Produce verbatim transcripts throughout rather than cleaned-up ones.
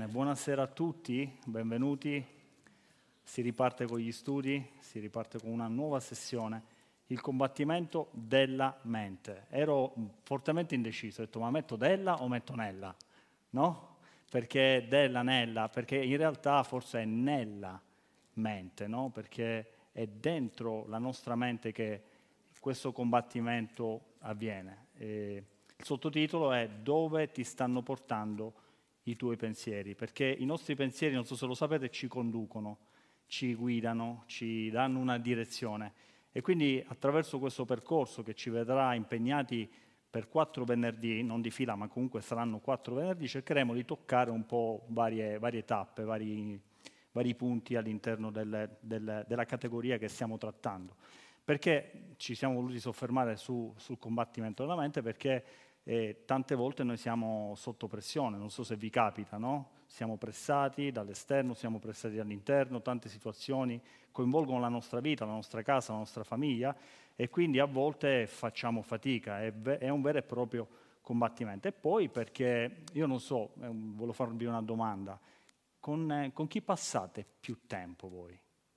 buonasera a tutti, benvenuti. Si riparte con gli studi, si riparte con una nuova sessione, il combattimento della mente. Ero fortemente indeciso, ho detto ma metto della o metto nella? No? Perché della, nella, perché in realtà forse è nella mente, no? Perché è dentro la nostra mente che questo combattimento avviene. E il sottotitolo è Dove ti stanno portando i tuoi pensieri, perché i nostri pensieri, non so se lo sapete, ci conducono, ci guidano, ci danno una direzione e quindi attraverso questo percorso che ci vedrà impegnati per quattro venerdì, non di fila ma comunque saranno quattro venerdì, cercheremo di toccare un po' varie, varie tappe, vari, vari punti all'interno del, del, della categoria che stiamo trattando. Perché ci siamo voluti soffermare su, sul combattimento della mente? Perché E tante volte noi siamo sotto pressione, non so se vi capita, no? Siamo pressati dall'esterno, siamo pressati dall'interno, tante situazioni coinvolgono la nostra vita, la nostra casa, la nostra famiglia e quindi a volte facciamo fatica, è, ve- è un vero e proprio combattimento. E poi perché, io non so, eh, volevo farvi una domanda, con, eh, con chi passate più tempo voi?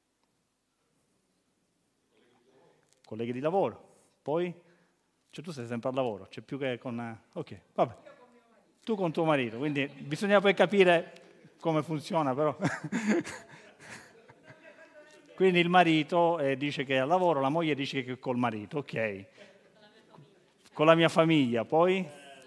Colleghi di lavoro, poi? Cioè tu sei sempre al lavoro, c'è più che con... eh, ok, vabbè. Tu con tuo marito, quindi bisogna poi capire come funziona però. Quindi il marito eh, dice che è al lavoro, la moglie dice che è col marito, ok. Con la mia famiglia, poi?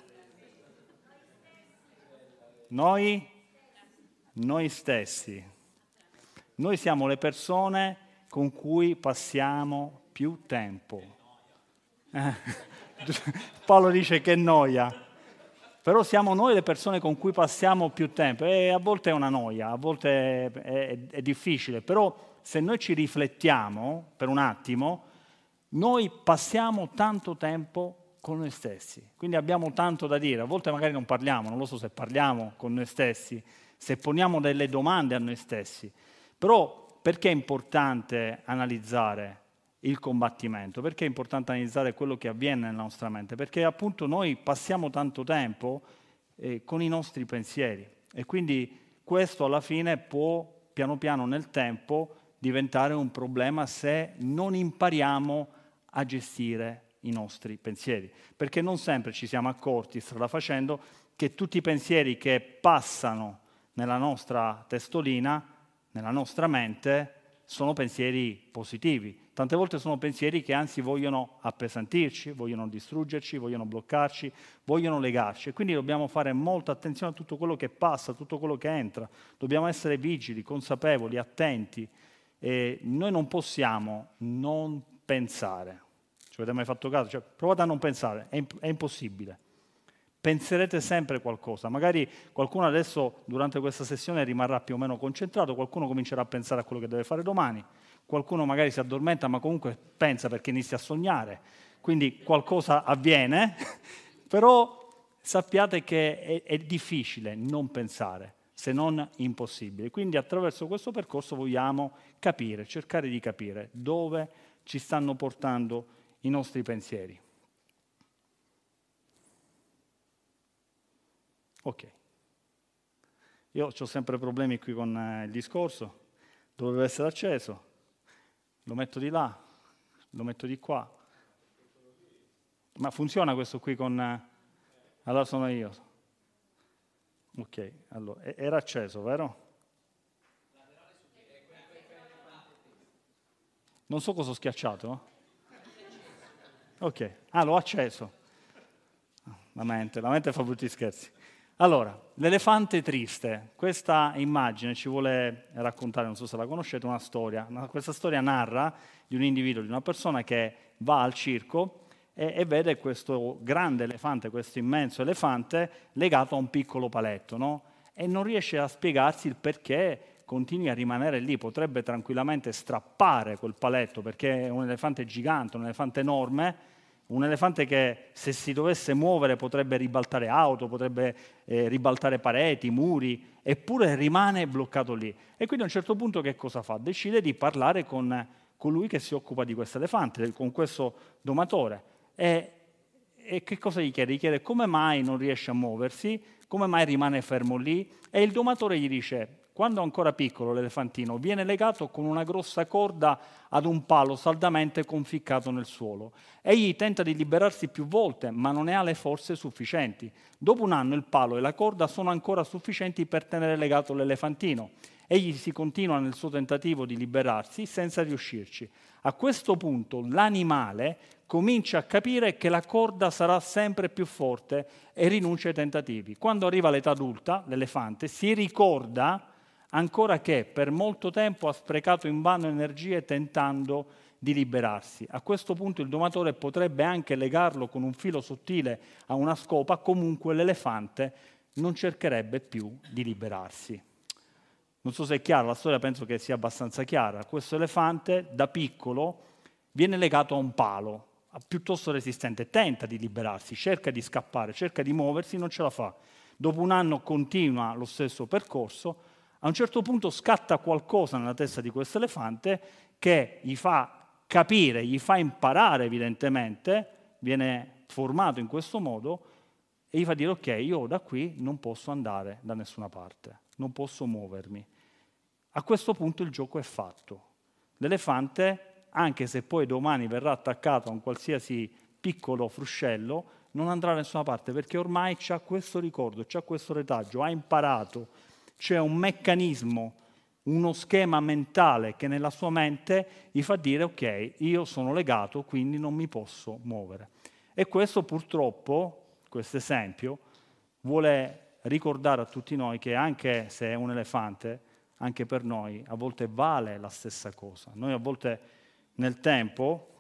Noi? Noi stessi. Noi siamo le persone con cui passiamo più tempo. Eh, Paolo dice che noia. Però siamo noi le persone con cui passiamo più tempo e a volte è una noia, a volte è, è, è difficile, però se noi ci riflettiamo per un attimo, noi passiamo tanto tempo con noi stessi, quindi abbiamo tanto da dire, a volte magari non parliamo, non lo so se parliamo con noi stessi, se poniamo delle domande a noi stessi, però perché è importante analizzare il combattimento? Perché è importante analizzare quello che avviene nella nostra mente? Perché appunto noi passiamo tanto tempo eh, con i nostri pensieri e quindi questo alla fine può piano piano nel tempo diventare un problema se non impariamo a gestire i nostri pensieri. Perché non sempre ci siamo accorti, strada facendo, che tutti i pensieri che passano nella nostra testolina, nella nostra mente, sono pensieri positivi. Tante volte sono pensieri che anzi vogliono appesantirci, vogliono distruggerci, vogliono bloccarci, vogliono legarci. E quindi dobbiamo fare molta attenzione a tutto quello che passa, a tutto quello che entra. Dobbiamo essere vigili, consapevoli, attenti. E noi non possiamo non pensare. Ci avete mai fatto caso? Cioè, provate a non pensare, è, imp- è impossibile. Penserete sempre qualcosa. Magari qualcuno adesso durante questa sessione rimarrà più o meno concentrato, qualcuno comincerà a pensare a quello che deve fare domani, qualcuno magari si addormenta ma comunque pensa perché inizia a sognare, quindi qualcosa avviene, però sappiate che è, è difficile non pensare, se non impossibile. Quindi attraverso questo percorso vogliamo capire, cercare di capire dove ci stanno portando i nostri pensieri. Ok, io ho sempre problemi qui con eh, il discorso, doveva essere acceso, lo metto di là, lo metto di qua, ma funziona questo qui con... Eh, allora sono io. Ok, allora, era acceso, vero? Non so cosa ho schiacciato. Ok, ah, l'ho acceso. La mente, la mente fa brutti scherzi. Allora, l'elefante triste, questa immagine ci vuole raccontare, non so se la conoscete, una storia. Questa storia narra di un individuo, di una persona che va al circo e, e vede questo grande elefante, questo immenso elefante legato a un piccolo paletto, no? E non riesce a spiegarsi il perché continui a rimanere lì, potrebbe tranquillamente strappare quel paletto perché è un elefante gigante, un elefante enorme, un elefante che se si dovesse muovere potrebbe ribaltare auto, potrebbe eh, ribaltare pareti, muri, eppure rimane bloccato lì. E quindi a un certo punto che cosa fa? Decide di parlare con colui che si occupa di questo elefante, con questo domatore. E e che cosa gli chiede? Gli chiede come mai non riesce a muoversi, come mai rimane fermo lì, e il domatore gli dice: quando ancora piccolo l'elefantino viene legato con una grossa corda ad un palo saldamente conficcato nel suolo. Egli tenta di liberarsi più volte, ma non ne ha le forze sufficienti. Dopo un anno il palo e la corda sono ancora sufficienti per tenere legato l'elefantino. Egli si continua nel suo tentativo di liberarsi senza riuscirci. A questo punto l'animale comincia a capire che la corda sarà sempre più forte e rinuncia ai tentativi. Quando arriva all'età adulta, l'elefante si ricorda ancora che per molto tempo ha sprecato invano energie tentando di liberarsi. A questo punto il domatore potrebbe anche legarlo con un filo sottile a una scopa, comunque l'elefante non cercherebbe più di liberarsi. Non so se è chiara, la storia penso che sia abbastanza chiara. Questo elefante da piccolo viene legato a un palo, piuttosto resistente, tenta di liberarsi, cerca di scappare, cerca di muoversi, non ce la fa. Dopo un anno continua lo stesso percorso. A un certo punto scatta qualcosa nella testa di questo elefante che gli fa capire, gli fa imparare evidentemente, viene formato in questo modo e gli fa dire: ok, io da qui non posso andare da nessuna parte, non posso muovermi. A questo punto il gioco è fatto. L'elefante, anche se poi domani verrà attaccato a un qualsiasi piccolo fruscello, non andrà da nessuna parte perché ormai c'ha questo ricordo, c'ha questo retaggio, ha imparato. C'è un meccanismo, uno schema mentale che nella sua mente gli fa dire: ok, io sono legato, quindi non mi posso muovere. E questo purtroppo, questo esempio, vuole ricordare a tutti noi che anche se è un elefante, anche per noi a volte vale la stessa cosa. Noi a volte nel tempo,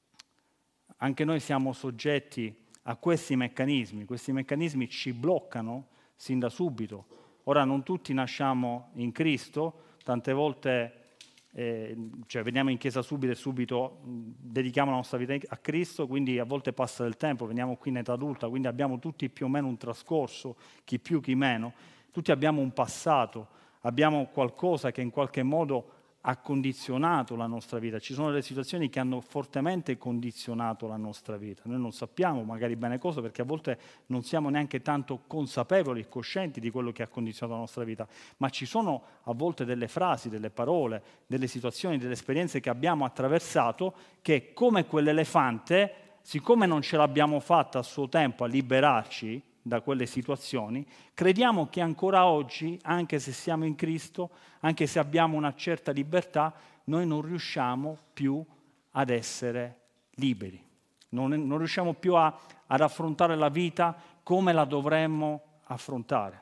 anche noi siamo soggetti a questi meccanismi, questi meccanismi ci bloccano sin da subito. Ora non tutti nasciamo in Cristo, tante volte eh, cioè veniamo in chiesa subito e subito mh, dedichiamo la nostra vita a Cristo, quindi a volte passa del tempo, veniamo qui in età adulta, quindi abbiamo tutti più o meno un trascorso, chi più chi meno, tutti abbiamo un passato, abbiamo qualcosa che in qualche modo ha condizionato la nostra vita. Ci sono delle situazioni che hanno fortemente condizionato la nostra vita. Noi non sappiamo magari bene cosa, perché a volte non siamo neanche tanto consapevoli e coscienti di quello che ha condizionato la nostra vita, ma ci sono a volte delle frasi, delle parole, delle situazioni, delle esperienze che abbiamo attraversato che, come quell'elefante, siccome non ce l'abbiamo fatta a suo tempo a liberarci da quelle situazioni, crediamo che ancora oggi, anche se siamo in Cristo, anche se abbiamo una certa libertà, noi non riusciamo più ad essere liberi. Non, non riusciamo più a, ad affrontare la vita come la dovremmo affrontare.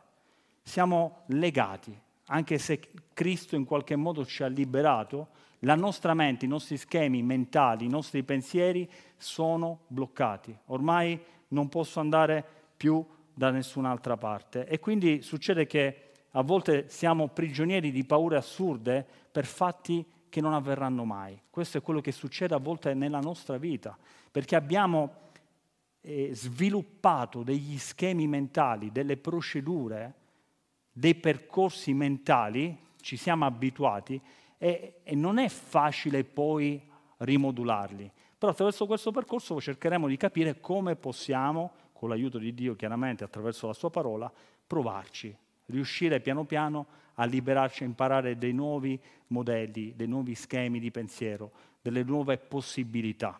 Siamo legati, anche se Cristo in qualche modo ci ha liberato, la nostra mente, i nostri schemi mentali, i nostri pensieri sono bloccati. Ormai non posso andare più da nessun'altra parte. E quindi succede che a volte siamo prigionieri di paure assurde per fatti che non avverranno mai. Questo è quello che succede a volte nella nostra vita, perché abbiamo eh, sviluppato degli schemi mentali, delle procedure, dei percorsi mentali, ci siamo abituati e, e non è facile poi rimodularli. Però attraverso questo percorso cercheremo di capire come possiamo, con l'aiuto di Dio chiaramente attraverso la sua parola, provarci, riuscire piano piano a liberarci, a imparare dei nuovi modelli, dei nuovi schemi di pensiero, delle nuove possibilità.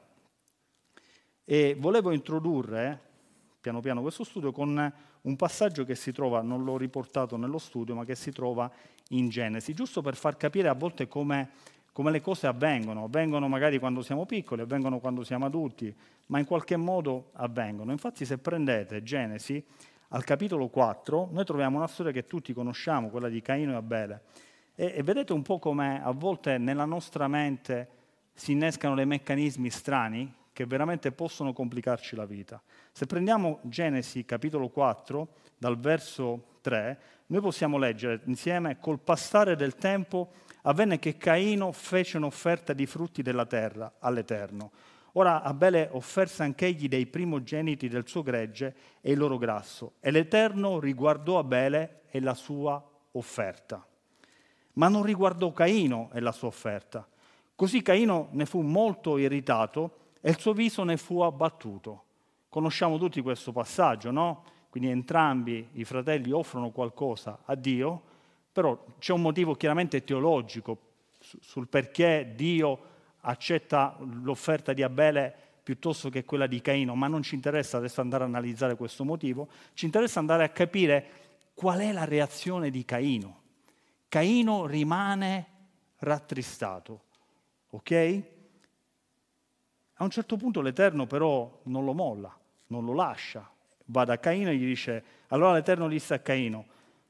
E volevo introdurre piano piano questo studio con un passaggio che si trova, non l'ho riportato nello studio, ma che si trova in Genesi, giusto per far capire a volte come, come le cose avvengono. Avvengono magari quando siamo piccoli, avvengono quando siamo adulti, ma in qualche modo avvengono. Infatti se prendete Genesi, al capitolo quattro, noi troviamo una storia che tutti conosciamo, quella di Caino e Abele. E, e vedete un po' come a volte nella nostra mente si innescano dei meccanismi strani che veramente possono complicarci la vita. Se prendiamo Genesi capitolo quattro, dal verso tre, noi possiamo leggere insieme: col passare del tempo avvenne che Caino fece un'offerta di frutti della terra all'Eterno. Ora Abele offerse anch'egli dei primogeniti del suo gregge e il loro grasso, e l'Eterno riguardò Abele e la sua offerta, ma non riguardò Caino e la sua offerta. Così Caino ne fu molto irritato e il suo viso ne fu abbattuto. Conosciamo tutti questo passaggio, no? Quindi entrambi i fratelli offrono qualcosa a Dio, però c'è un motivo chiaramente teologico sul perché Dio accetta l'offerta di Abele piuttosto che quella di Caino, ma non ci interessa adesso andare a analizzare questo motivo, ci interessa andare a capire qual è la reazione di Caino. Caino rimane rattristato, ok? A un certo punto l'Eterno però non lo molla, non lo lascia, va da Caino e gli dice, allora l'Eterno disse a Caino,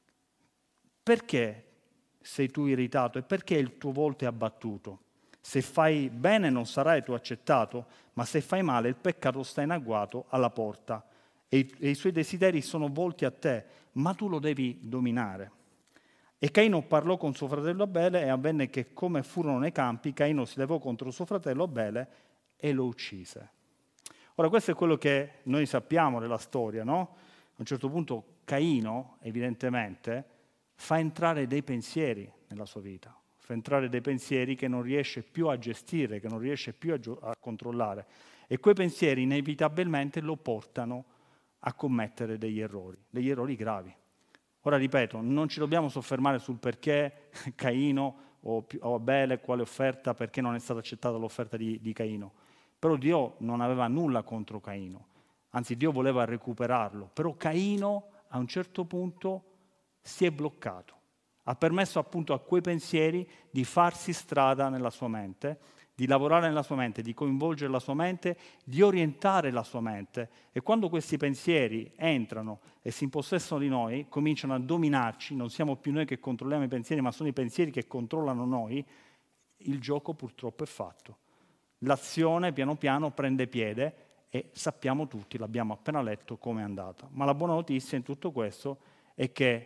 perché sei tu irritato e perché il tuo volto è abbattuto? Se fai bene non sarai tu accettato, ma se fai male il peccato sta in agguato alla porta e i, e i suoi desideri sono volti a te, ma tu lo devi dominare. E Caino parlò con suo fratello Abele e avvenne che come furono nei campi, Caino si levò contro suo fratello Abele e lo uccise. Ora questo è quello che noi sappiamo della storia, no? A un certo punto Caino, evidentemente, fa entrare dei pensieri nella sua vita, fa entrare dei pensieri che non riesce più a gestire, che non riesce più a, gio- a controllare. E quei pensieri inevitabilmente lo portano a commettere degli errori, degli errori gravi. Ora ripeto, non ci dobbiamo soffermare sul perché Caino o, o Abele, quale offerta, perché non è stata accettata l'offerta di, di Caino. Però Dio non aveva nulla contro Caino, anzi Dio voleva recuperarlo. Però Caino a un certo punto si è bloccato, ha permesso appunto a quei pensieri di farsi strada nella sua mente, di lavorare nella sua mente, di coinvolgere la sua mente, di orientare la sua mente. E quando questi pensieri entrano e si impossessano di noi, cominciano a dominarci, non siamo più noi che controlliamo i pensieri, ma sono i pensieri che controllano noi, il gioco purtroppo è fatto. L'azione piano piano prende piede e sappiamo tutti, l'abbiamo appena letto, come è andata. Ma la buona notizia in tutto questo è che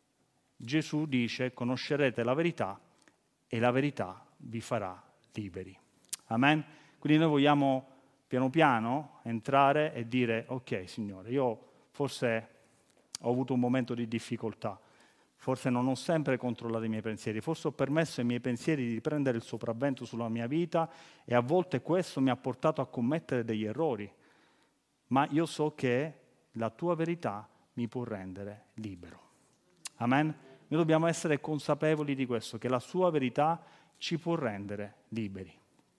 Gesù dice: conoscerete la verità e la verità vi farà liberi. Amen? Quindi noi vogliamo piano piano entrare e dire: ok Signore, io forse ho avuto un momento di difficoltà, forse non ho sempre controllato i miei pensieri, forse ho permesso ai miei pensieri di prendere il sopravvento sulla mia vita e a volte questo mi ha portato a commettere degli errori, ma io so che la tua verità mi può rendere libero. Amen? Noi dobbiamo essere consapevoli di questo, che la sua verità ci può rendere liberi.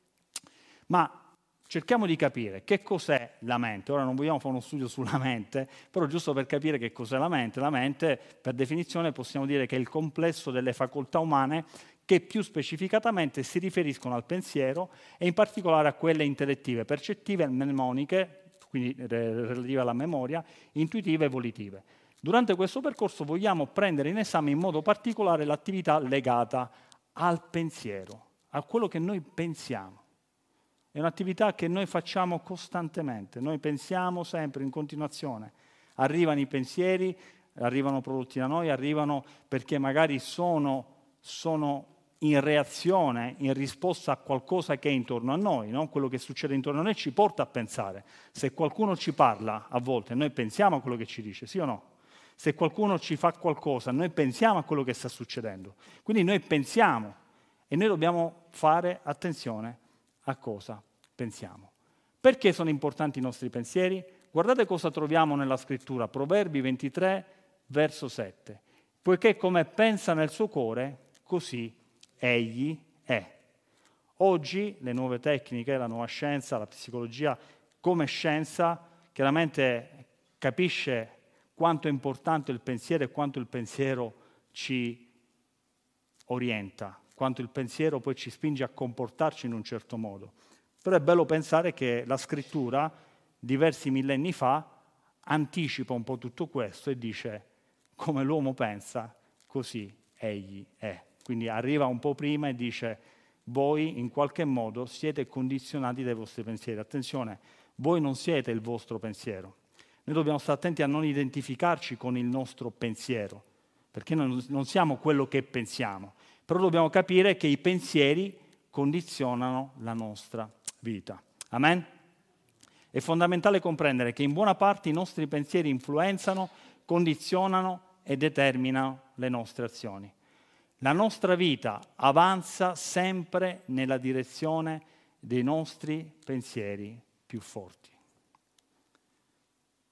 Ma cerchiamo di capire che cos'è la mente. Ora non vogliamo fare uno studio sulla mente, però giusto per capire che cos'è la mente. La mente, per definizione, possiamo dire che è il complesso delle facoltà umane che più specificatamente si riferiscono al pensiero e in particolare a quelle intellettive, percettive, mnemoniche, quindi relative alla memoria, intuitive e volitive. Durante questo percorso vogliamo prendere in esame in modo particolare l'attività legata al pensiero, a quello che noi pensiamo. È un'attività che noi facciamo costantemente, noi pensiamo sempre in continuazione. Arrivano i pensieri, arrivano prodotti da noi, arrivano perché magari sono, sono in reazione, in risposta a qualcosa che è intorno a noi, no? Quello che succede intorno a noi ci porta a pensare. Se qualcuno ci parla, a volte noi pensiamo a quello che ci dice, sì o no? Se qualcuno ci fa qualcosa, noi pensiamo a quello che sta succedendo. Quindi noi pensiamo e noi dobbiamo fare attenzione a cosa pensiamo. Perché sono importanti i nostri pensieri? Guardate cosa troviamo nella scrittura, Proverbi ventitré, verso sette. Poiché come pensa nel suo cuore, così egli è. Oggi le nuove tecniche, la nuova scienza, la psicologia come scienza, chiaramente capisce quanto è importante il pensiero e quanto il pensiero ci orienta, quanto il pensiero poi ci spinge a comportarci in un certo modo. Però è bello pensare che la scrittura, diversi millenni fa, anticipa un po' tutto questo e dice: come l'uomo pensa, così egli è. Quindi arriva un po' prima e dice: voi in qualche modo siete condizionati dai vostri pensieri. Attenzione, voi non siete il vostro pensiero. Noi dobbiamo stare attenti a non identificarci con il nostro pensiero, perché noi non siamo quello che pensiamo. Però dobbiamo capire che i pensieri condizionano la nostra vita. Amen? È fondamentale comprendere che in buona parte i nostri pensieri influenzano, condizionano e determinano le nostre azioni. La nostra vita avanza sempre nella direzione dei nostri pensieri più forti.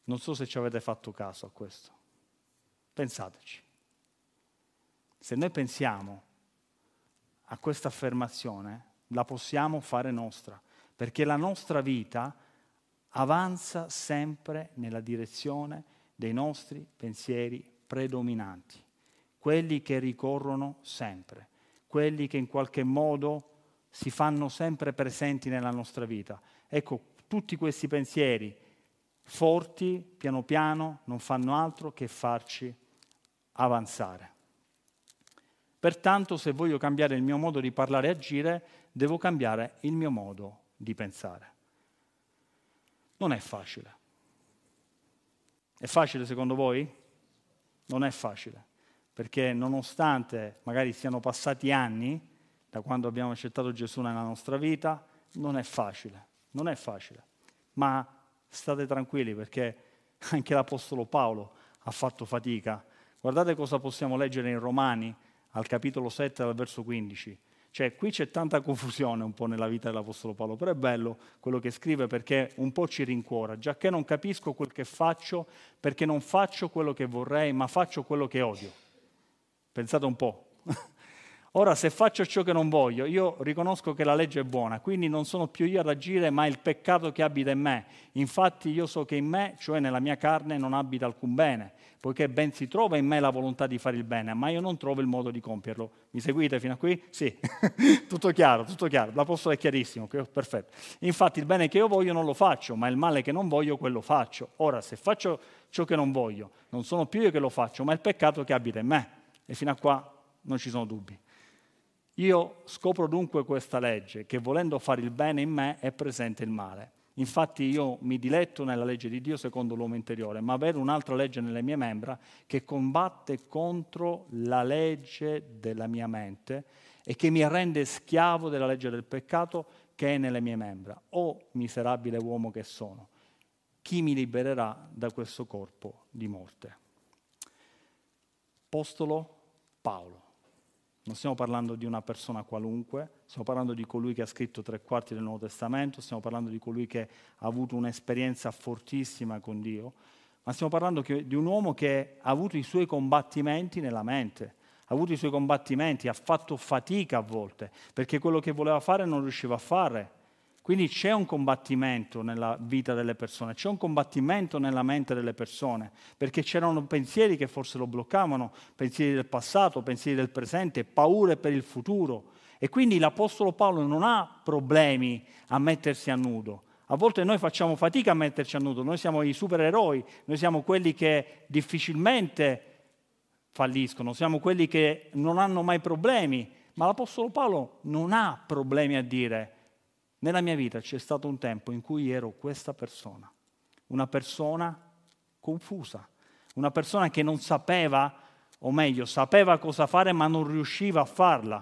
Non so se ci avete fatto caso a questo. Pensateci. Se noi pensiamo a questa affermazione, la possiamo fare nostra, perché la nostra vita avanza sempre nella direzione dei nostri pensieri predominanti, quelli che ricorrono sempre, quelli che in qualche modo si fanno sempre presenti nella nostra vita. Ecco, tutti questi pensieri forti, piano piano, non fanno altro che farci avanzare. Pertanto, se voglio cambiare il mio modo di parlare e agire, devo cambiare il mio modo di pensare. Non è facile. È facile secondo voi? Non è facile, perché nonostante magari siano passati anni da quando abbiamo accettato Gesù nella nostra vita, non è facile, non è facile. Ma state tranquilli, perché anche l'Apostolo Paolo ha fatto fatica. Guardate cosa possiamo leggere in Romani, al capitolo sette, al verso quindici. Cioè, qui c'è tanta confusione un po' nella vita dell'Apostolo Paolo, però è bello quello che scrive, perché un po' ci rincuora. Giacché non capisco quel che faccio, perché non faccio quello che vorrei, ma faccio quello che odio. Pensate un po'. Ora, se faccio ciò che non voglio, io riconosco che la legge è buona, quindi non sono più io ad agire, ma il peccato che abita in me. Infatti io so che in me, cioè nella mia carne, non abita alcun bene, poiché ben si trova in me la volontà di fare il bene, ma io non trovo il modo di compierlo. Mi seguite fino a qui? Sì, tutto chiaro, tutto chiaro. L'Apostolo è chiarissimo, perfetto. Infatti il bene che io voglio non lo faccio, ma il male che non voglio, quello faccio. Ora, se faccio ciò che non voglio, non sono più io che lo faccio, ma il peccato che abita in me. E fino a qua non ci sono dubbi. Io scopro dunque questa legge, che volendo fare il bene in me è presente il male. Infatti io mi diletto nella legge di Dio secondo l'uomo interiore, ma vedo un'altra legge nelle mie membra che combatte contro la legge della mia mente e che mi rende schiavo della legge del peccato che è nelle mie membra. O miserabile uomo che sono, chi mi libererà da questo corpo di morte? Apostolo Paolo. Non stiamo parlando di una persona qualunque, stiamo parlando di colui che ha scritto tre quarti del Nuovo Testamento, stiamo parlando di colui che ha avuto un'esperienza fortissima con Dio, ma stiamo parlando di un uomo che ha avuto i suoi combattimenti nella mente, ha avuto i suoi combattimenti, ha fatto fatica a volte, perché quello che voleva fare non riusciva a fare. Quindi c'è un combattimento nella vita delle persone, c'è un combattimento nella mente delle persone, perché c'erano pensieri che forse lo bloccavano, pensieri del passato, pensieri del presente, paure per il futuro. E quindi l'Apostolo Paolo non ha problemi a mettersi a nudo. A volte noi facciamo fatica a metterci a nudo, noi siamo i supereroi, noi siamo quelli che difficilmente falliscono, siamo quelli che non hanno mai problemi, ma l'Apostolo Paolo non ha problemi a dire: nella mia vita c'è stato un tempo in cui ero questa persona, una persona confusa, una persona che non sapeva, o meglio, sapeva cosa fare ma non riusciva a farla.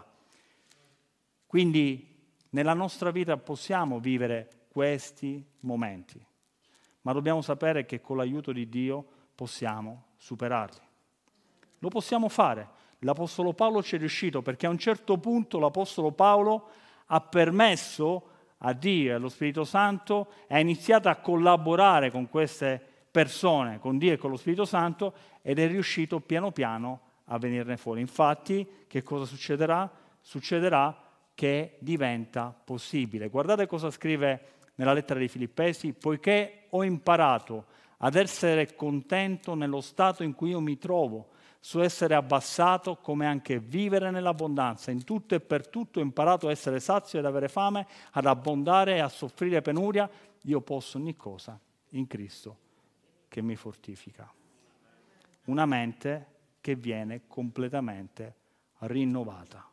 Quindi nella nostra vita possiamo vivere questi momenti, ma dobbiamo sapere che con l'aiuto di Dio possiamo superarli. Lo possiamo fare. L'Apostolo Paolo ci è riuscito, perché a un certo punto l'Apostolo Paolo ha permesso a Dio e allo Spirito Santo, ha iniziato a collaborare con queste persone, con Dio e con lo Spirito Santo, ed è riuscito piano piano a venirne fuori. Infatti, che cosa succederà? Succederà che diventa possibile. Guardate cosa scrive nella lettera dei Filippesi: poiché ho imparato ad essere contento nello stato in cui io mi trovo, su essere abbassato come anche vivere nell'abbondanza. In tutto e per tutto ho imparato a essere sazio ed avere fame, ad abbondare e a soffrire penuria. Io posso ogni cosa in Cristo che mi fortifica. Una mente che viene completamente rinnovata.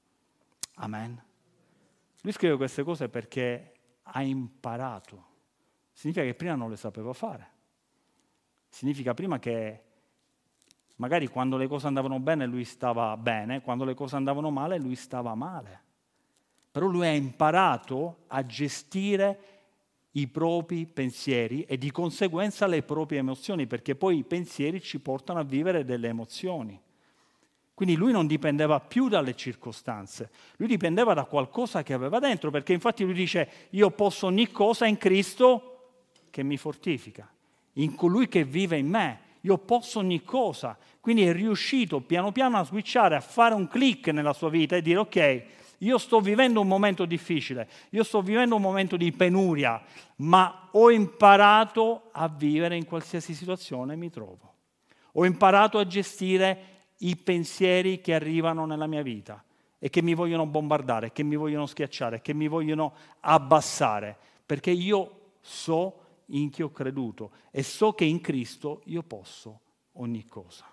Amen. Lui scrive queste cose perché ha imparato. Significa che prima non le sapeva fare. Significa prima che magari quando le cose andavano bene lui stava bene, quando le cose andavano male lui stava male. Però lui ha imparato a gestire i propri pensieri e di conseguenza le proprie emozioni, perché poi i pensieri ci portano a vivere delle emozioni. Quindi lui non dipendeva più dalle circostanze, lui dipendeva da qualcosa che aveva dentro, perché infatti lui dice: io posso ogni cosa in Cristo che mi fortifica. in colui che vive in me. Io posso ogni cosa. Quindi è riuscito piano piano a switchare, a fare un click nella sua vita e dire ok, io sto vivendo un momento difficile, io sto vivendo un momento di penuria, ma ho imparato a vivere in qualsiasi situazione mi trovo. Ho imparato a gestire i pensieri che arrivano nella mia vita e che mi vogliono bombardare, che mi vogliono schiacciare, che mi vogliono abbassare, perché io so in chi ho creduto e so che in Cristo io posso ogni cosa.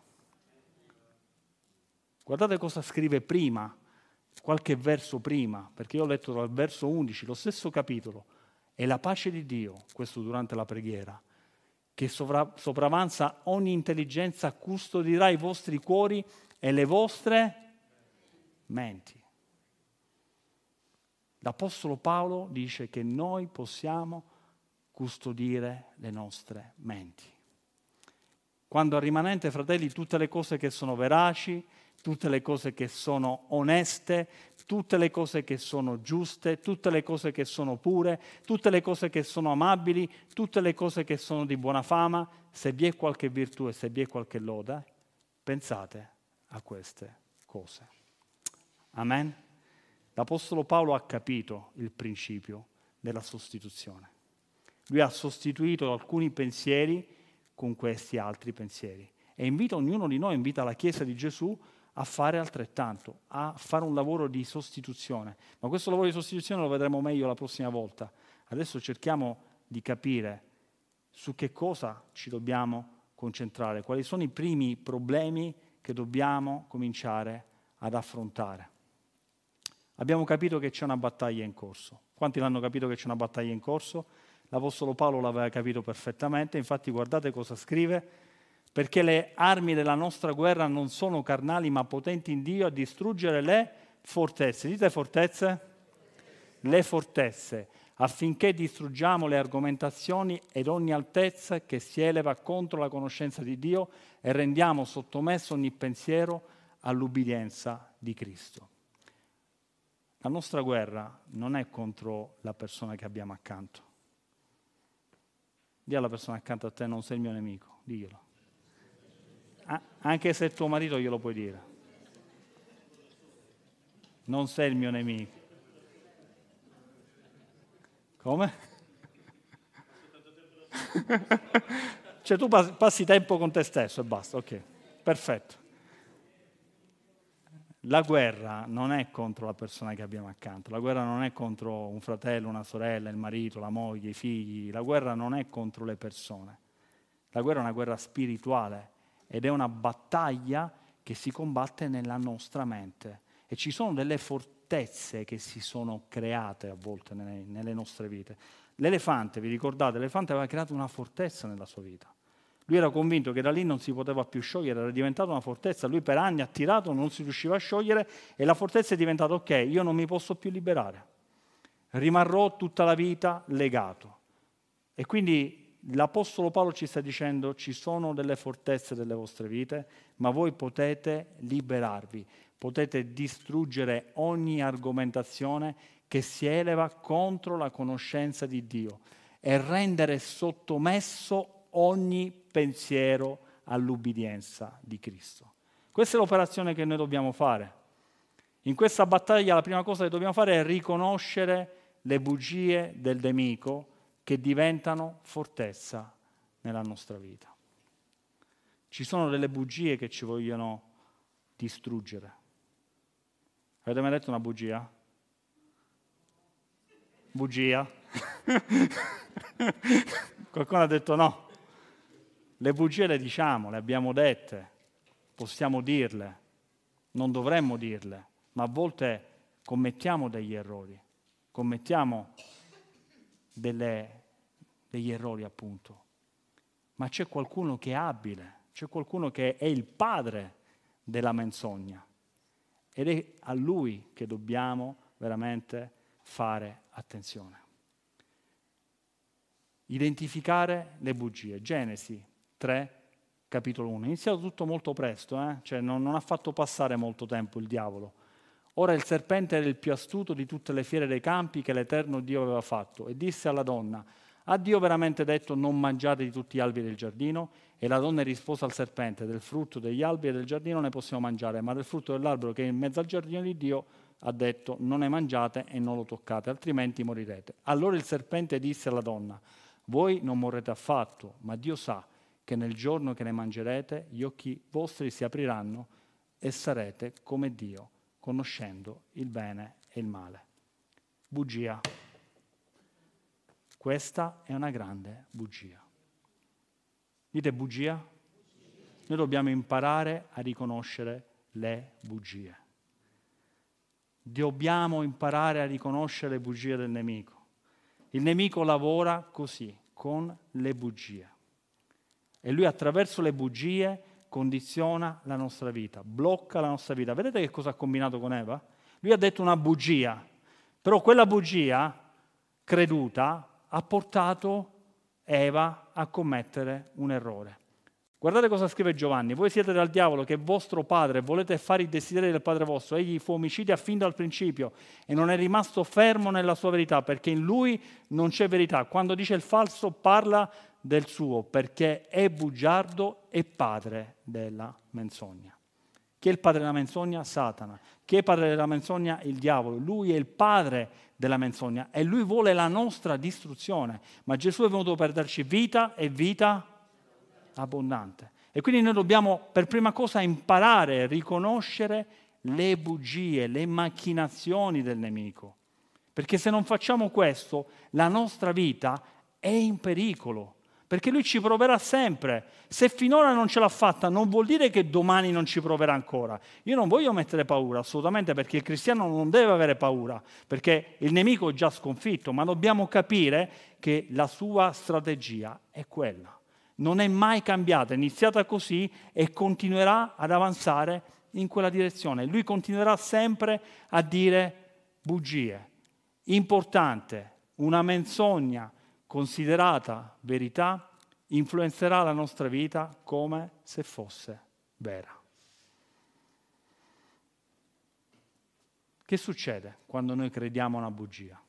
Guardate cosa scrive prima, qualche verso prima, perché io ho letto dal verso undici, lo stesso capitolo, e la pace di Dio, questo durante la preghiera, che sovra- sopravanza ogni intelligenza, custodirà i vostri cuori e le vostre menti. L'Apostolo Paolo dice che noi possiamo custodire le nostre menti. Quando al rimanente, fratelli, tutte le cose che sono veraci, tutte le cose che sono oneste, tutte le cose che sono giuste, tutte le cose che sono pure, tutte le cose che sono amabili, tutte le cose che sono di buona fama, se vi è qualche virtù e se vi è qualche lode, pensate a queste cose. Amen? L'Apostolo Paolo ha capito il principio della sostituzione. Lui ha sostituito alcuni pensieri con questi altri pensieri e invita ognuno di noi, invita la Chiesa di Gesù a fare altrettanto, a fare un lavoro di sostituzione. Ma questo lavoro di sostituzione lo vedremo meglio la prossima volta. Adesso cerchiamo di capire su che cosa ci dobbiamo concentrare, quali sono i primi problemi che dobbiamo cominciare ad affrontare. Abbiamo capito che c'è una battaglia in corso. Quanti l'hanno capito che c'è una battaglia in corso? L'Apostolo Paolo l'aveva capito perfettamente, infatti guardate cosa scrive: perché le armi della nostra guerra non sono carnali ma potenti in Dio a distruggere le fortezze. Dite fortezze? Le fortezze, affinché distruggiamo le argomentazioni ed ogni altezza che si eleva contro la conoscenza di Dio e rendiamo sottomesso ogni pensiero all'ubbidienza di Cristo. La nostra guerra non è contro la persona che abbiamo accanto. Dì alla persona accanto a te: non sei il mio nemico, diglielo. Anche se tuo marito glielo puoi dire. Non sei il mio nemico. Come? Cioè tu passi tempo con te stesso e basta, ok, perfetto. La guerra non è contro la persona che abbiamo accanto, la guerra non è contro un fratello, una sorella, il marito, la moglie, i figli, la guerra non è contro le persone. La guerra è una guerra spirituale ed è una battaglia che si combatte nella nostra mente. E ci sono delle fortezze che si sono create a volte nelle, nelle nostre vite. L'elefante, vi ricordate? L'elefante aveva creato una fortezza nella sua vita. Lui era convinto che da lì non si poteva più sciogliere, era diventata una fortezza. Lui per anni ha tirato, non si riusciva a sciogliere e la fortezza è diventata: ok, io non mi posso più liberare. Rimarrò tutta la vita legato. E quindi l'Apostolo Paolo ci sta dicendo: ci sono delle fortezze delle vostre vite, ma voi potete liberarvi, potete distruggere ogni argomentazione che si eleva contro la conoscenza di Dio e rendere sottomesso ogni pensiero all'ubbidienza di Cristo. Questa è l'operazione che noi dobbiamo fare. In questa battaglia la prima cosa che dobbiamo fare è riconoscere le bugie del nemico che diventano fortezza nella nostra vita. Ci sono delle bugie che ci vogliono distruggere. Avete mai detto una bugia? Bugia? Qualcuno ha detto no. Le bugie le diciamo, le abbiamo dette, possiamo dirle, non dovremmo dirle, ma a volte commettiamo degli errori, commettiamo delle, degli errori appunto. Ma c'è qualcuno che è abile, c'è qualcuno che è il padre della menzogna ed è a lui che dobbiamo veramente fare attenzione. Identificare le bugie. Genesi tre, capitolo uno. È iniziato tutto molto presto, eh? Cioè non, non ha fatto passare molto tempo il diavolo. Ora il serpente era il più astuto di tutte le fiere dei campi che l'Eterno Dio aveva fatto e disse alla donna: Ha Dio veramente detto non mangiate di tutti gli alberi del giardino? E la donna rispose al serpente, del frutto degli alberi del giardino ne possiamo mangiare, ma del frutto dell'albero che è in mezzo al giardino di Dio ha detto non ne mangiate e non lo toccate, altrimenti morirete. Allora il serpente disse alla donna, voi non morrete affatto, ma Dio sa che nel giorno che ne mangerete gli occhi vostri si apriranno e sarete come Dio, conoscendo il bene e il male. Bugia. Questa è una grande bugia. Dite bugia? Noi dobbiamo imparare a riconoscere le bugie. Dobbiamo imparare a riconoscere le bugie del nemico. Il nemico lavora così, con le bugie. E lui attraverso le bugie condiziona la nostra vita, blocca la nostra vita. Vedete che cosa ha combinato con Eva? Lui ha detto una bugia, però quella bugia creduta ha portato Eva a commettere un errore. Guardate cosa scrive Giovanni. Voi siete dal diavolo che è vostro padre, volete fare i desideri del padre vostro. Egli fu omicida fin dal principio e non è rimasto fermo nella sua verità, perché in lui non c'è verità. Quando dice il falso parla del suo, perché è bugiardo e padre della menzogna. Chi è il padre della menzogna? Satana. Chi è il padre della menzogna? Il diavolo. Lui è il padre della menzogna e lui vuole la nostra distruzione. Ma Gesù è venuto per darci vita e vita abbondante. E quindi noi dobbiamo per prima cosa imparare a riconoscere le bugie, le macchinazioni del nemico. Perché se non facciamo questo, la nostra vita è in pericolo. Perché lui ci proverà sempre. Se finora non ce l'ha fatta, non vuol dire che domani non ci proverà ancora. Io non voglio mettere paura, assolutamente, perché il cristiano non deve avere paura, perché il nemico è già sconfitto, ma dobbiamo capire che la sua strategia è quella. Non è mai cambiata, è iniziata così e continuerà ad avanzare in quella direzione. Lui continuerà sempre a dire bugie. Importante, una menzogna considerata verità influenzerà la nostra vita come se fosse vera. Che succede quando noi crediamo a una bugia?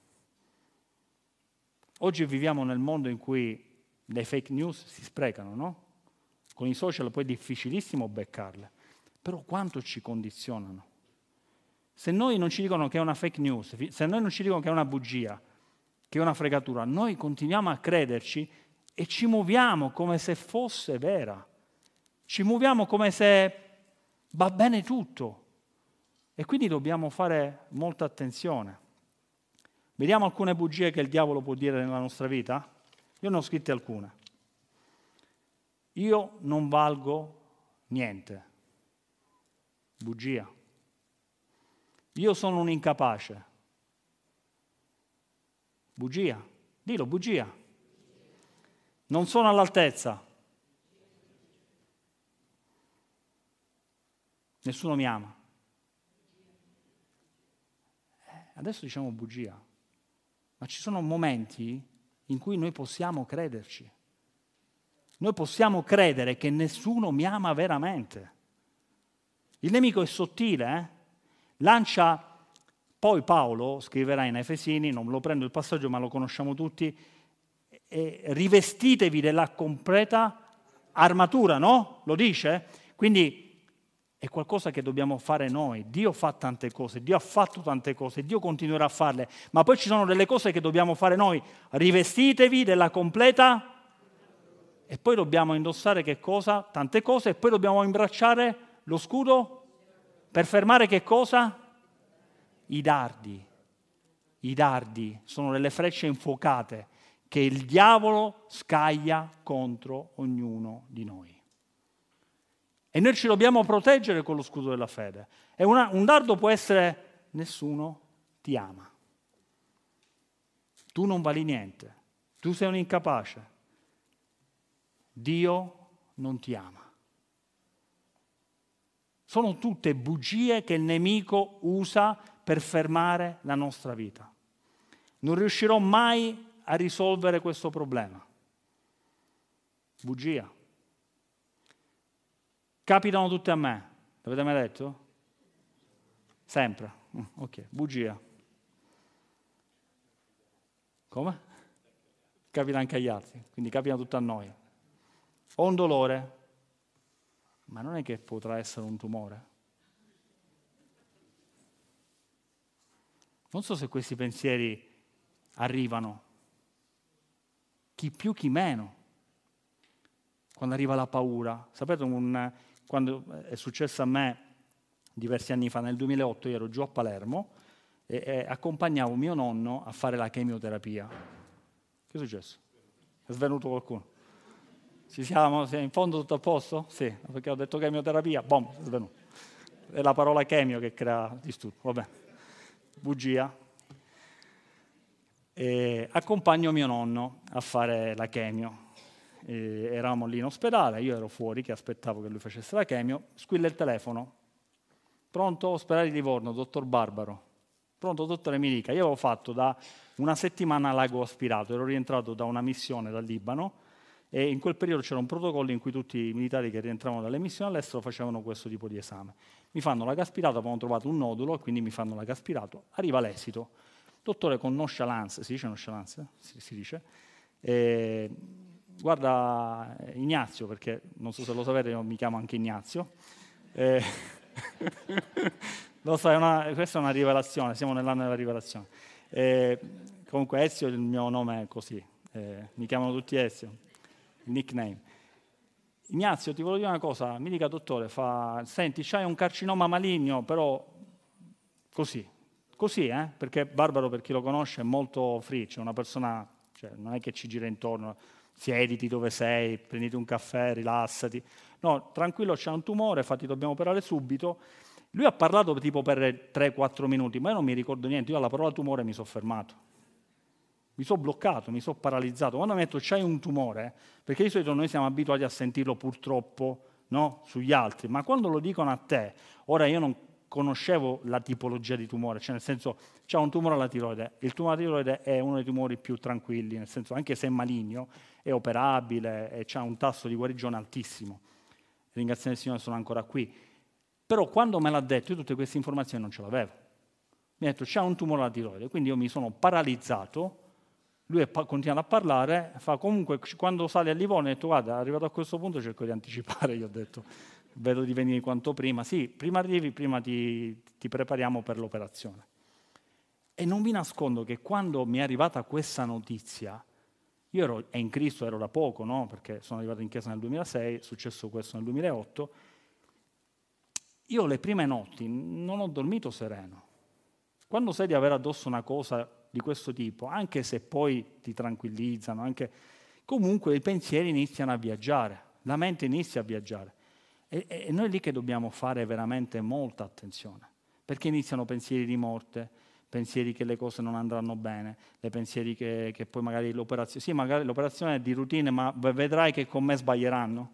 Oggi viviamo nel mondo in cui le fake news si sprecano, no? Con i social poi è difficilissimo beccarle, però quanto ci condizionano? Se noi non ci dicono che è una fake news, se noi non ci dicono che è una bugia, che è una fregatura, noi continuiamo a crederci e ci muoviamo come se fosse vera. Ci muoviamo come se va bene tutto. E quindi dobbiamo fare molta attenzione. Vediamo alcune bugie che il diavolo può dire nella nostra vita? Io ne ho scritte alcune. Io non valgo niente. Bugia. Io sono un incapace. Bugia. Dillo, bugia. Non sono all'altezza. Nessuno mi ama. Eh, adesso diciamo bugia. Ma ci sono momenti in cui noi possiamo crederci. Noi possiamo credere che nessuno mi ama veramente. Il nemico è sottile, eh? Lancia. Poi Paolo scriverà in Efesini, non lo prendo il passaggio ma lo conosciamo tutti, e rivestitevi della completa armatura, no? Lo dice? Quindi è qualcosa che dobbiamo fare noi. Dio fa tante cose, Dio ha fatto tante cose, Dio continuerà a farle, ma poi ci sono delle cose che dobbiamo fare noi. Rivestitevi della completa e poi dobbiamo indossare che cosa? Tante cose e poi dobbiamo imbracciare lo scudo per fermare che cosa? I dardi. I dardi sono delle frecce infuocate che il diavolo scaglia contro ognuno di noi. E noi ci dobbiamo proteggere con lo scudo della fede. E una, un dardo può essere: nessuno ti ama. Tu non vali niente. Tu sei un incapace. Dio non ti ama. Sono tutte bugie che il nemico usa per fermare la nostra vita. Non riuscirò mai a risolvere questo problema. Bugia. Capitano tutte a me. L'avete mai detto? Sempre. Ok, bugia. Come? capita anche agli altri, quindi capita tutto a noi. Ho un dolore, ma non è che potrà essere un tumore. Non so se questi pensieri arrivano, chi più chi meno, quando arriva la paura. Sapete, un, quando è successo a me diversi anni fa, nel duemilaotto, io ero giù a Palermo e, e accompagnavo mio nonno a fare la chemioterapia. Che è successo? È svenuto qualcuno? Ci siamo? In fondo tutto a posto? Sì, perché ho detto chemioterapia, boom, è svenuto. È la parola chemio che crea disturbo, vabbè, bugia. E accompagno mio nonno a fare la chemio. E eravamo lì in ospedale, io ero fuori che aspettavo che lui facesse la chemio, squilla il telefono. Pronto, ospedale di Livorno, dottor Barbaro. Pronto, dottore, mi dica. Io avevo fatto da una settimana l'ago aspirato, ero rientrato da una missione dal Libano e in quel periodo c'era un protocollo in cui tutti i militari che rientravano dalle missioni all'estero facevano questo tipo di esame. Mi fanno l'ago aspirato, avevano trovato un nodulo e quindi mi fanno l'ago aspirato. Arriva l'esito. Dottore, con nonchalance, si dice nonchalance? Si, si dice. E, guarda, Ignazio, perché non so se lo sapete, io mi chiamo anche Ignazio. E, lo so, è una, questa è una rivelazione, siamo nell'anno della rivelazione. E, comunque Ezio, il mio nome è così, eh, mi chiamano tutti Ezio, il nickname. Ignazio, ti voglio dire una cosa, mi dica dottore, fa, senti, c'hai un carcinoma maligno, però così, così, eh? Perché Barbaro, per chi lo conosce, è molto free, cioè una persona, cioè, non è che ci gira intorno, siediti dove sei, prenditi un caffè, rilassati. No, tranquillo, c'è un tumore, infatti dobbiamo operare subito. Lui ha parlato tipo per tre quattro minuti, ma io non mi ricordo niente, io alla parola tumore mi sono fermato. Mi sono bloccato, mi sono paralizzato. Quando mi ha detto c'hai un tumore, perché di solito noi siamo abituati a sentirlo purtroppo, no? Sugli altri, ma quando lo dicono a te, ora io non conoscevo la tipologia di tumore, cioè nel senso c'è un tumore alla tiroide, il tumore alla tiroide è uno dei tumori più tranquilli, nel senso anche se è maligno, è operabile e ha un tasso di guarigione altissimo. Ringraziamo il Signore, sono ancora qui. Però quando me l'ha detto, io tutte queste informazioni non ce l'avevo. Mi ha detto c'è un tumore alla tiroide, quindi io mi sono paralizzato, lui è continuato a parlare, fa comunque quando sale a Livorno, ha detto guarda, arrivato a questo punto cerco di anticipare, gli ho detto vedo di venire quanto prima, sì, prima arrivi, prima ti, ti prepariamo per l'operazione. E non vi nascondo che quando mi è arrivata questa notizia, io ero e in Cristo ero da poco, no? Perché sono arrivato in chiesa nel duemilasei, è successo questo nel duemilaotto, io le prime notti non ho dormito sereno. Quando sai di avere addosso una cosa di questo tipo, anche se poi ti tranquillizzano, anche, comunque i pensieri iniziano a viaggiare, la mente inizia a viaggiare. E, e noi lì che dobbiamo fare veramente molta attenzione, perché iniziano pensieri di morte, pensieri che le cose non andranno bene, le pensieri che, che poi magari l'operazione, sì, magari l'operazione è di routine, ma vedrai che con me sbaglieranno.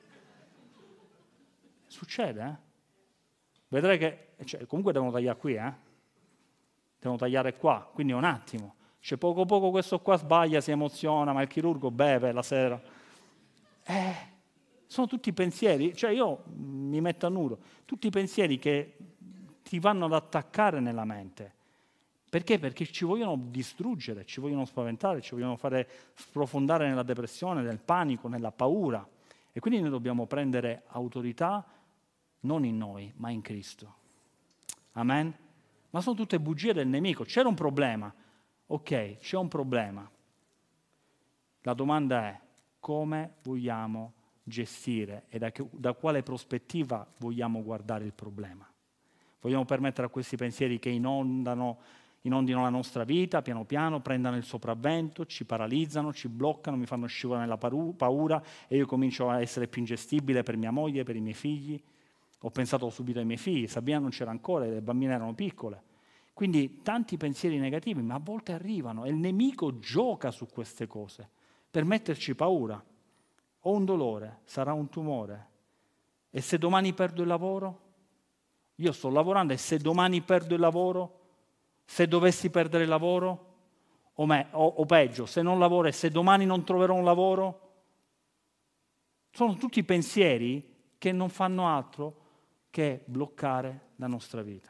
Succede, eh? Vedrai che, cioè, comunque devono tagliare qui, eh? Devono tagliare qua, quindi un attimo. Cioè, poco poco questo qua sbaglia, si emoziona, ma il chirurgo beve la sera. Eh, sono tutti pensieri, cioè io mi metto a nudo, tutti i pensieri che ti vanno ad attaccare nella mente. Perché? Perché ci vogliono distruggere, ci vogliono spaventare, ci vogliono fare sprofondare nella depressione, nel panico, nella paura. E quindi noi dobbiamo prendere autorità non in noi, ma in Cristo. Amen? Ma sono tutte bugie del nemico. C'era un problema. Ok, c'è un problema. La domanda è come vogliamo gestire e da, che, da quale prospettiva vogliamo guardare il problema. Vogliamo permettere a questi pensieri che inondano, inondino la nostra vita, piano piano, prendano il sopravvento, ci paralizzano, ci bloccano, mi fanno scivolare nella paura e io comincio a essere più ingestibile per mia moglie, per i miei figli. Ho pensato subito ai miei figli, Sabina non c'era ancora, le bambine erano piccole. Quindi tanti pensieri negativi, ma a volte arrivano e il nemico gioca su queste cose per metterci paura. Ho un dolore, sarà un tumore. E se domani perdo il lavoro? Io sto lavorando e se domani perdo il lavoro? Se dovessi perdere il lavoro? O, me, o, o peggio, se non lavoro e se domani non troverò un lavoro? Sono tutti pensieri che non fanno altro che bloccare la nostra vita.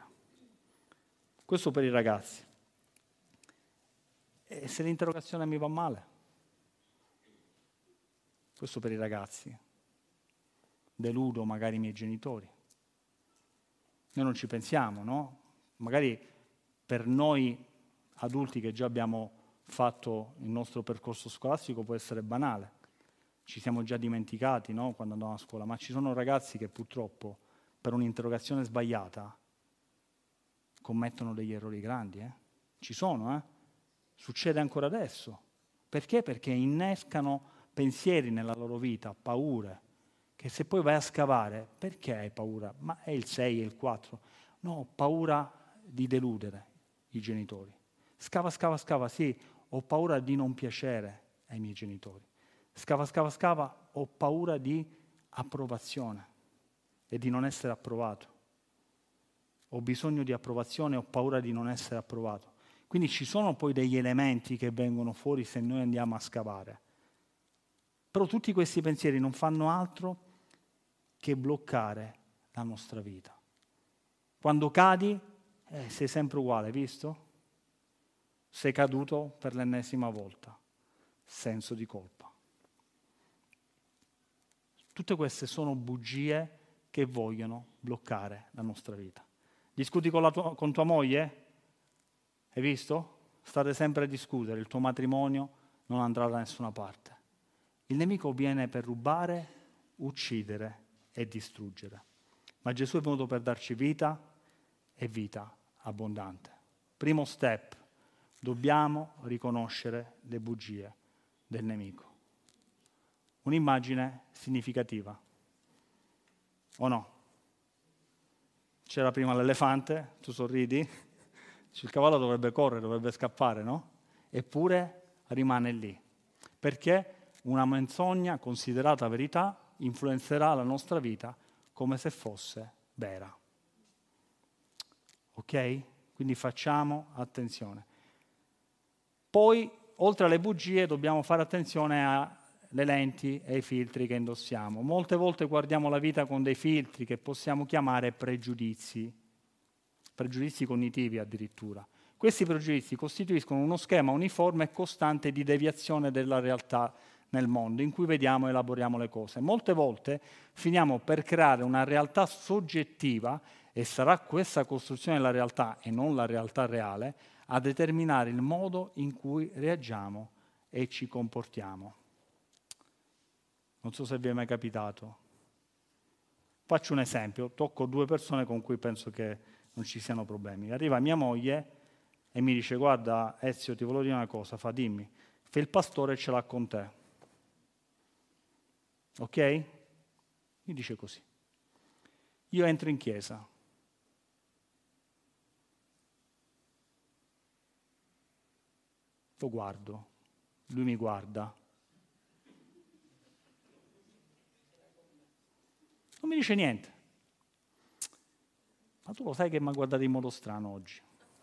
Questo per i ragazzi. E se l'interrogazione mi va male? Questo per i ragazzi. Deludo magari i miei genitori. Noi non ci pensiamo, no? Magari per noi adulti che già abbiamo fatto il nostro percorso scolastico può essere banale. Ci siamo già dimenticati, no? Quando andavamo a scuola, ma ci sono ragazzi che purtroppo per un'interrogazione sbagliata commettono degli errori grandi. Eh? Ci sono, eh? Succede ancora adesso. Perché? Perché innescano pensieri nella loro vita, paure, che se poi vai a scavare, perché hai paura? Ma è il sei, è il quattro. No, ho paura di deludere i genitori. Scava, scava, scava, sì, ho paura di non piacere ai miei genitori. Scava, scava, scava, ho paura di approvazione e di non essere approvato. Ho bisogno di approvazione, ho paura di non essere approvato. Quindi ci sono poi degli elementi che vengono fuori se noi andiamo a scavare. Però tutti questi pensieri non fanno altro che bloccare la nostra vita. Quando cadi, eh, sei sempre uguale, visto? Sei caduto per l'ennesima volta. Senso di colpa. Tutte queste sono bugie che vogliono bloccare la nostra vita. Discuti con, la tua, con tua moglie? Hai visto? State sempre a discutere, il tuo matrimonio non andrà da nessuna parte. Il nemico viene per rubare, uccidere e distruggere. Ma Gesù è venuto per darci vita e vita abbondante. Primo step, dobbiamo riconoscere le bugie del nemico. Un'immagine significativa, o no? C'era prima l'elefante, tu sorridi, il cavallo dovrebbe correre, dovrebbe scappare, no? Eppure rimane lì. Perché una menzogna considerata verità influenzerà la nostra vita come se fosse vera. Ok? Quindi facciamo attenzione. Poi, oltre alle bugie, dobbiamo fare attenzione alle lenti e ai filtri che indossiamo. Molte volte guardiamo la vita con dei filtri che possiamo chiamare pregiudizi, pregiudizi cognitivi addirittura. Questi pregiudizi costituiscono uno schema uniforme e costante di deviazione della realtà nel mondo in cui vediamo e elaboriamo le cose. Molte volte finiamo per creare una realtà soggettiva e sarà questa costruzione della realtà e non la realtà reale a determinare il modo in cui reagiamo e ci comportiamo. Non so se vi è mai capitato. Faccio un esempio, tocco due persone con cui penso che non ci siano problemi. Arriva mia moglie e mi dice: guarda Ezio, ti volevo dire una cosa, fa dimmi, che il pastore ce l'ha con te. Ok? Mi dice così. Io entro in chiesa. Lo guardo, lui mi guarda. Non mi dice niente. Ma tu lo sai che mi ha guardato in modo strano oggi?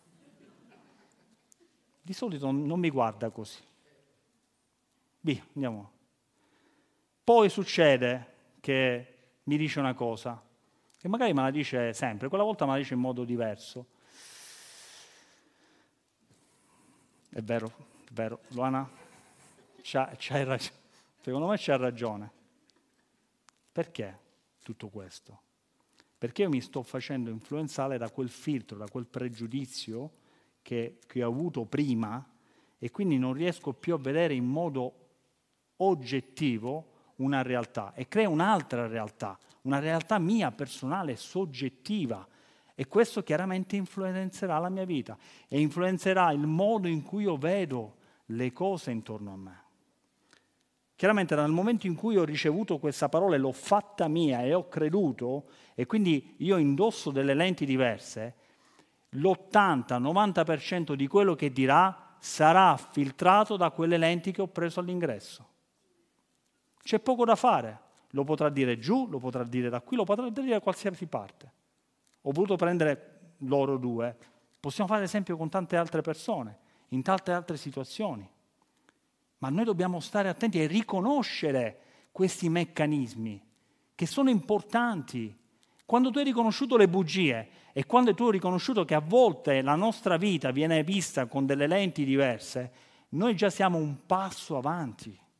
Di solito non mi guarda così. Via, andiamo. Poi succede che mi dice una cosa, che magari me la dice sempre, quella volta me la dice in modo diverso. È vero, è vero, Luana, c'ha, c'hai ragione. Secondo me c'ha ragione. Perché tutto questo? Perché io mi sto facendo influenzare da quel filtro, da quel pregiudizio che, che ho avuto prima e quindi non riesco più a vedere in modo oggettivo una realtà e creo un'altra realtà, una realtà mia, personale, soggettiva. E questo chiaramente influenzerà la mia vita e influenzerà il modo in cui io vedo le cose intorno a me. Chiaramente dal momento in cui ho ricevuto questa parola e l'ho fatta mia e ho creduto, e quindi io indosso delle lenti diverse, l'ottanta novanta per cento di quello che dirà sarà filtrato da quelle lenti che ho preso all'ingresso. C'è poco da fare, lo potrà dire giù, lo potrà dire da qui, lo potrà dire da qualsiasi parte. Ho voluto prendere loro due, possiamo fare esempio con tante altre persone, in tante altre situazioni. Ma noi dobbiamo stare attenti e riconoscere questi meccanismi che sono importanti. Quando tu hai riconosciuto le bugie e quando tu hai riconosciuto che a volte la nostra vita viene vista con delle lenti diverse, noi già siamo un passo avanti.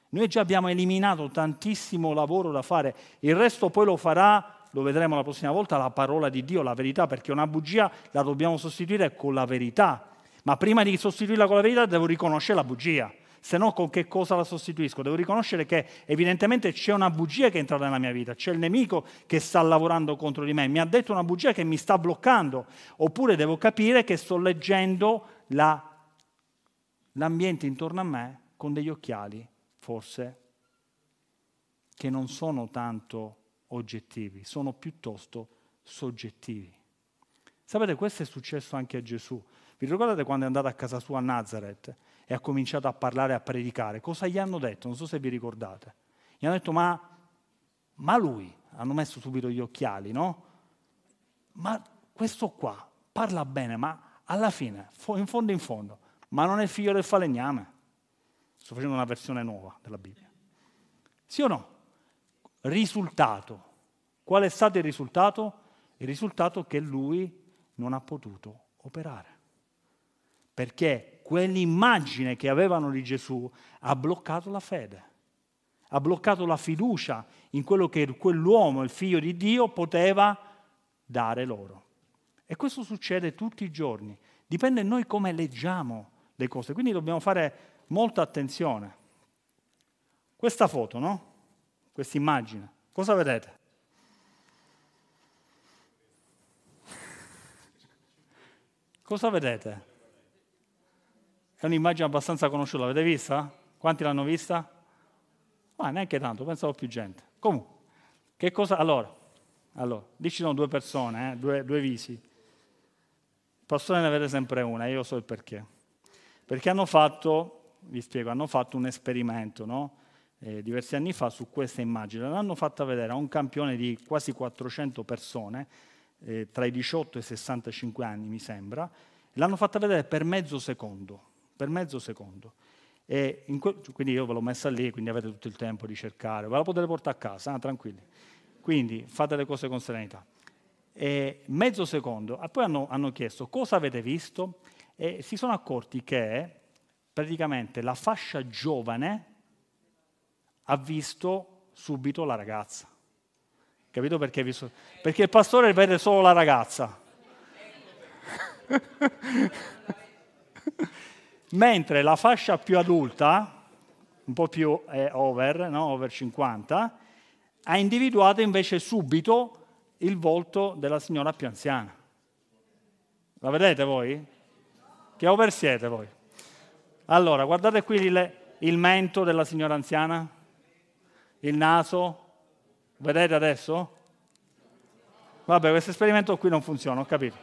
Noi già abbiamo eliminato tantissimo lavoro da fare, il resto poi lo farà, lo vedremo la prossima volta, la parola di Dio, la verità, perché una bugia la dobbiamo sostituire con la verità. Ma prima di sostituirla con la verità devo riconoscere la bugia, se no con che cosa la sostituisco? Devo riconoscere che evidentemente c'è una bugia che è entrata nella mia vita, c'è il nemico che sta lavorando contro di me, mi ha detto una bugia che mi sta bloccando, oppure devo capire che sto leggendo la, l'ambiente intorno a me con degli occhiali, forse, che non sono tanto oggettivi, sono piuttosto soggettivi. Sapete, questo è successo anche a Gesù. Vi ricordate quando è andato a casa sua a Nazareth e ha cominciato a parlare e a predicare? Cosa gli hanno detto? Non so se vi ricordate. Gli hanno detto, ma, ma lui, hanno messo subito gli occhiali, no? Ma questo qua parla bene, ma alla fine, in fondo in fondo, ma non è figlio del falegname? Sto facendo una versione nuova della Bibbia. Sì o no? Risultato. Qual è stato il risultato? Il risultato che lui non ha potuto operare. Perché quell'immagine che avevano di Gesù ha bloccato la fede, ha bloccato la fiducia in quello che quell'uomo, il figlio di Dio, poteva dare loro. E questo succede tutti i giorni, dipende da noi come leggiamo le cose, quindi dobbiamo fare molta attenzione. Questa foto, no? Questa immagine, cosa vedete? Cosa vedete? È un'immagine abbastanza conosciuta, l'avete vista? Quanti l'hanno vista? Ma neanche tanto, pensavo più gente. Comunque, che cosa? Allora, allora dici sono due persone, eh? due, due visi. Il pastore ne vede sempre una, io so il perché. Perché hanno fatto, vi spiego, hanno fatto un esperimento, no? Eh, diversi anni fa su questa immagine. L'hanno fatta vedere a un campione di quasi quattrocento persone, eh, tra i diciotto e i sessantacinque anni mi sembra, e l'hanno fatta vedere per mezzo secondo. per mezzo secondo. E in que- quindi io ve l'ho messa lì, quindi avete tutto il tempo di cercare, ve la potete portare a casa, ah, tranquilli. Quindi fate le cose con serenità. E mezzo secondo, e poi hanno, hanno chiesto cosa avete visto e si sono accorti che praticamente la fascia giovane ha visto subito la ragazza. Capito perché? Visto? Perché il pastore vede solo la ragazza. Mentre la fascia più adulta, un po' più eh, over, no? over cinquanta, ha individuato invece subito il volto della signora più anziana. La vedete voi? Che over siete voi? Allora, guardate qui il, il mento della signora anziana, il naso, vedete adesso? Vabbè, questo esperimento qui non funziona, ho capito.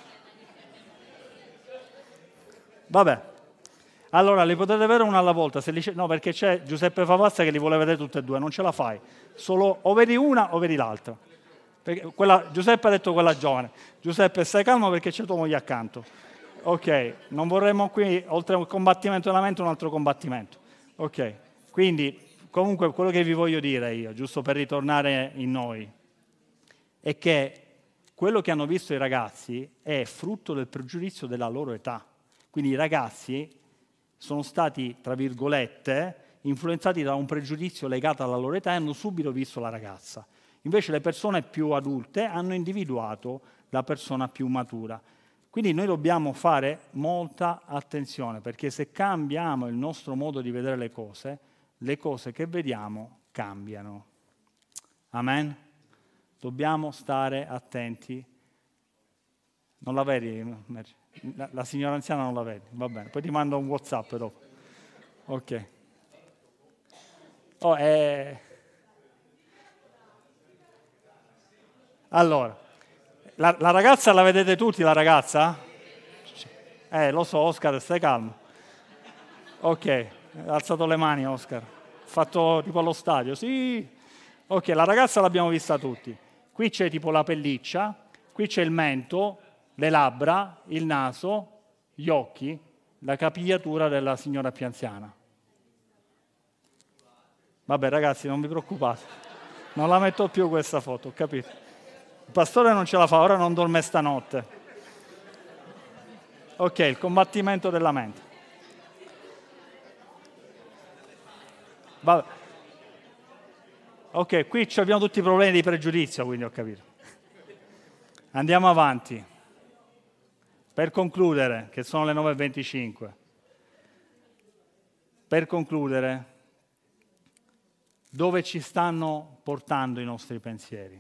Vabbè. Allora, li potete vedere una alla volta, se li c- no, perché c'è Giuseppe Favazza che li vuole vedere tutte e due, non ce la fai. Solo o vedi una o vedi l'altra. Perché quella, Giuseppe ha detto quella giovane. Giuseppe, stai calmo perché c'è tua moglie accanto. Ok, non vorremmo qui, oltre a un combattimento della mente, un altro combattimento. Ok, quindi, comunque, quello che vi voglio dire io, giusto per ritornare in noi, è che quello che hanno visto i ragazzi è frutto del pregiudizio della loro età. Quindi i ragazzi sono stati, tra virgolette, influenzati da un pregiudizio legato alla loro età e hanno subito visto la ragazza. Invece le persone più adulte hanno individuato la persona più matura. Quindi noi dobbiamo fare molta attenzione, perché se cambiamo il nostro modo di vedere le cose, le cose che vediamo cambiano. Amen? Dobbiamo stare attenti. Non la vedi? La, la signora anziana non la vedi, va bene, poi ti mando un WhatsApp dopo. Ok. Oh, eh... Allora, la, la ragazza la vedete tutti, la ragazza? Eh, lo so, Oscar, stai calmo. Ok, ha alzato le mani, Oscar. Fatto tipo allo stadio, sì. Ok, la ragazza l'abbiamo vista tutti. Qui c'è tipo la pelliccia, qui c'è il mento, le labbra, il naso, gli occhi, la capigliatura della signora più anziana. Vabbè ragazzi, non vi preoccupate, non la metto più questa foto, ho capito. Il pastore non ce la fa, ora non dorme stanotte. Ok, il combattimento della mente. Va. Ok, qui abbiamo tutti i problemi di pregiudizio, quindi ho capito. Andiamo avanti. Per concludere, che sono le nove e venticinque. Per concludere, dove ci stanno portando i nostri pensieri?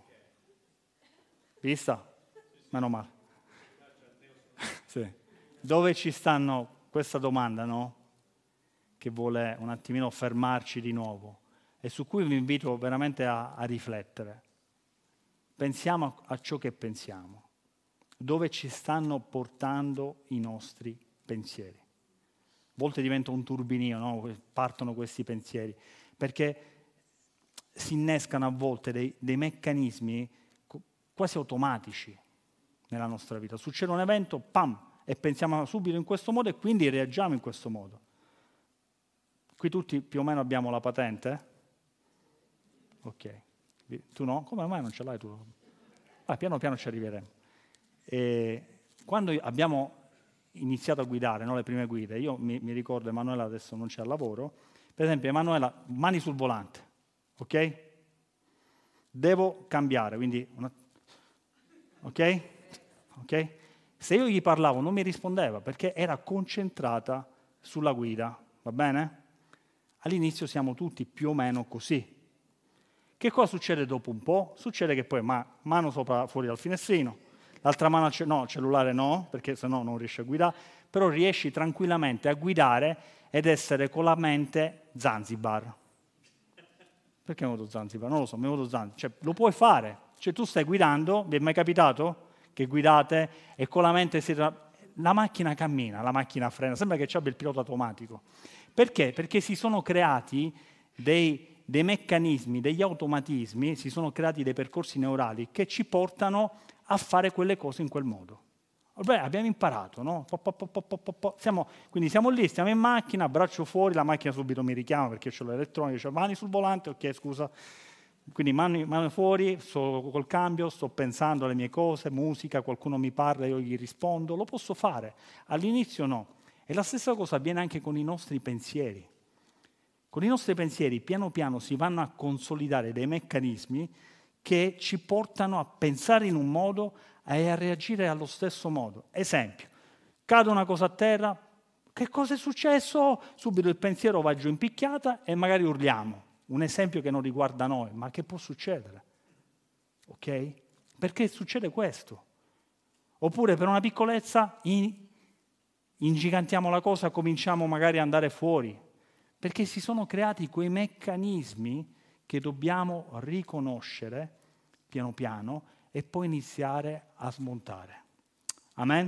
Vista? Meno male. Sì. Dove ci stanno, questa domanda, no? Che vuole un attimino fermarci di nuovo e su cui vi invito veramente a, a riflettere. Pensiamo a, a ciò che pensiamo. Dove ci stanno portando i nostri pensieri? A volte diventa un turbinio, no? Partono questi pensieri, perché si innescano a volte dei, dei meccanismi quasi automatici nella nostra vita. Succede un evento, pam, e pensiamo subito in questo modo e quindi reagiamo in questo modo. Qui tutti più o meno abbiamo la patente? Ok. Tu no? Come mai non ce l'hai tu? Ah, piano piano ci arriveremo. E quando abbiamo iniziato a guidare, no, le prime guide, io mi, mi ricordo, Emanuela adesso non c'è al lavoro, per esempio Emanuela, mani sul volante, ok? Devo cambiare, quindi, una, ok? Ok? Se io gli parlavo non mi rispondeva perché era concentrata sulla guida, va bene? All'inizio siamo tutti più o meno così. Che cosa succede dopo un po'? Succede che poi ma, mano sopra fuori dal finestrino, l'altra mano al ce- no, cellulare no, perché sennò non riesci a guidare, però riesci tranquillamente a guidare ed essere con la mente Zanzibar. Perché mi è venuto Zanzibar? Non lo so, mi è venuto Zanzibar. Cioè, lo puoi fare. Cioè, tu stai guidando, vi è mai capitato che guidate e con la mente si... la macchina cammina, la macchina frena, sembra che ci abbia il pilota automatico. Perché? Perché si sono creati dei, dei meccanismi, degli automatismi, si sono creati dei percorsi neurali che ci portano a fare quelle cose in quel modo. Beh, abbiamo imparato, no? Po, po, po, po, po, po. Siamo, quindi siamo lì, stiamo in macchina, braccio fuori, la macchina subito mi richiama perché c'ho l'elettronico, cioè mani sul volante, ok, scusa. Quindi mani, mani fuori, sto col cambio, sto pensando alle mie cose, musica, qualcuno mi parla, io gli rispondo, lo posso fare. All'inizio no. E la stessa cosa avviene anche con i nostri pensieri. Con i nostri pensieri piano piano si vanno a consolidare dei meccanismi che ci portano a pensare in un modo e a reagire allo stesso modo. Esempio, cade una cosa a terra, che cosa è successo? Subito il pensiero va giù in picchiata e magari urliamo. Un esempio che non riguarda noi, ma che può succedere. Ok? Perché succede questo. Oppure per una piccolezza in, ingigantiamo la cosa, cominciamo magari ad andare fuori. Perché si sono creati quei meccanismi che dobbiamo riconoscere piano piano e poi iniziare a smontare. Amen?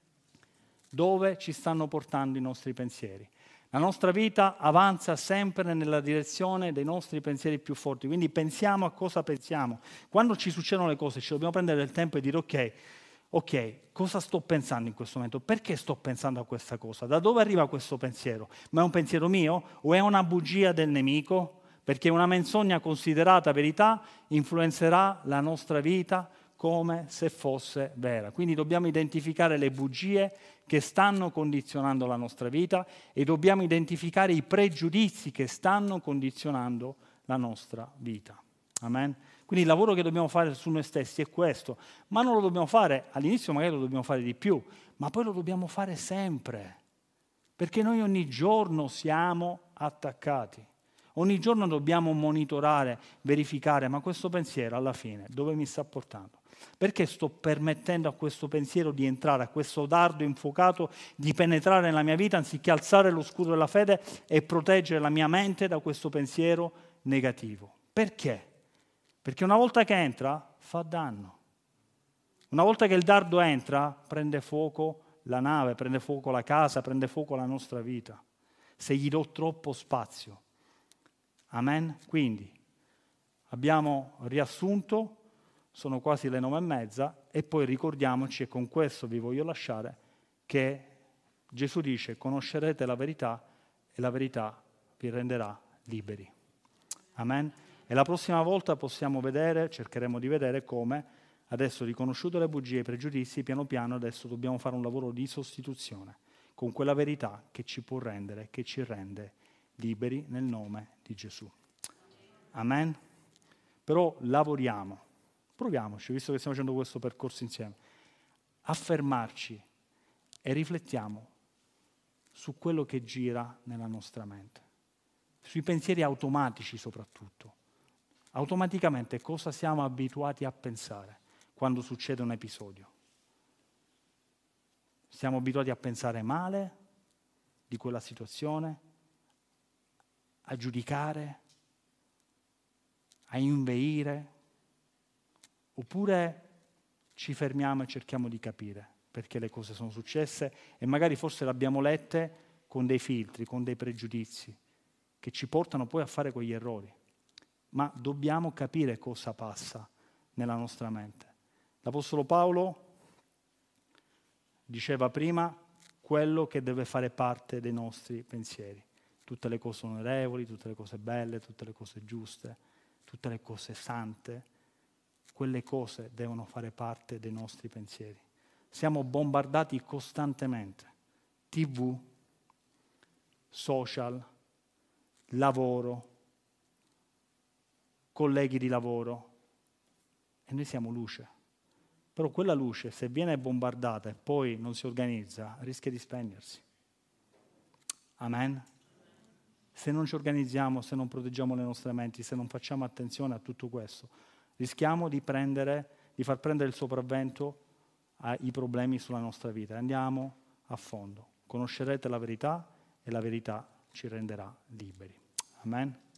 Dove ci stanno portando i nostri pensieri? La nostra vita avanza sempre nella direzione dei nostri pensieri più forti, quindi pensiamo a cosa pensiamo. Quando ci succedono le cose ci dobbiamo prendere del tempo e dire ok, ok, cosa sto pensando in questo momento? Perché sto pensando a questa cosa? Da dove arriva questo pensiero? Ma è un pensiero mio o è una bugia del nemico? Perché una menzogna considerata verità influenzerà la nostra vita come se fosse vera. Quindi dobbiamo identificare le bugie che stanno condizionando la nostra vita e dobbiamo identificare i pregiudizi che stanno condizionando la nostra vita. Amen? Quindi il lavoro che dobbiamo fare su noi stessi è questo, ma non lo dobbiamo fare, all'inizio magari lo dobbiamo fare di più, ma poi lo dobbiamo fare sempre, perché noi ogni giorno siamo attaccati. Ogni giorno dobbiamo monitorare, verificare, ma questo pensiero alla fine dove mi sta portando? Perché sto permettendo a questo pensiero di entrare, a questo dardo infuocato, di penetrare nella mia vita anziché alzare lo scudo della fede e proteggere la mia mente da questo pensiero negativo? Perché? Perché una volta che entra fa danno. Una volta che il dardo entra prende fuoco la nave, prende fuoco la casa, prende fuoco la nostra vita. Se gli do troppo spazio. Amen? Quindi abbiamo riassunto, sono quasi le nove e mezza, e poi ricordiamoci, e con questo vi voglio lasciare, che Gesù dice: conoscerete la verità e la verità vi renderà liberi. Amen? E la prossima volta possiamo vedere, cercheremo di vedere come, adesso riconosciuto le bugie e i pregiudizi, piano piano adesso dobbiamo fare un lavoro di sostituzione con quella verità che ci può rendere, che ci rende liberi nel nome di Gesù. Amen? Però lavoriamo, proviamoci, visto che stiamo facendo questo percorso insieme, a fermarci e riflettiamo su quello che gira nella nostra mente, sui pensieri automatici soprattutto. Automaticamente cosa siamo abituati a pensare quando succede un episodio? Siamo abituati a pensare male di quella situazione, a giudicare, a inveire, oppure ci fermiamo e cerchiamo di capire perché le cose sono successe e magari forse le abbiamo lette con dei filtri, con dei pregiudizi che ci portano poi a fare quegli errori. Ma dobbiamo capire cosa passa nella nostra mente. L'Apostolo Paolo diceva prima quello che deve fare parte dei nostri pensieri. Tutte le cose onorevoli, tutte le cose belle, tutte le cose giuste, tutte le cose sante, quelle cose devono fare parte dei nostri pensieri. Siamo bombardati costantemente. tivù, social, lavoro, colleghi di lavoro, e noi siamo luce. Però quella luce, se viene bombardata e poi non si organizza, rischia di spegnersi. Amen? Se non ci organizziamo, se non proteggiamo le nostre menti, se non facciamo attenzione a tutto questo, rischiamo di, prendere, di far prendere il sopravvento ai problemi sulla nostra vita. Andiamo a fondo. Conoscerete la verità e la verità ci renderà liberi. Amen?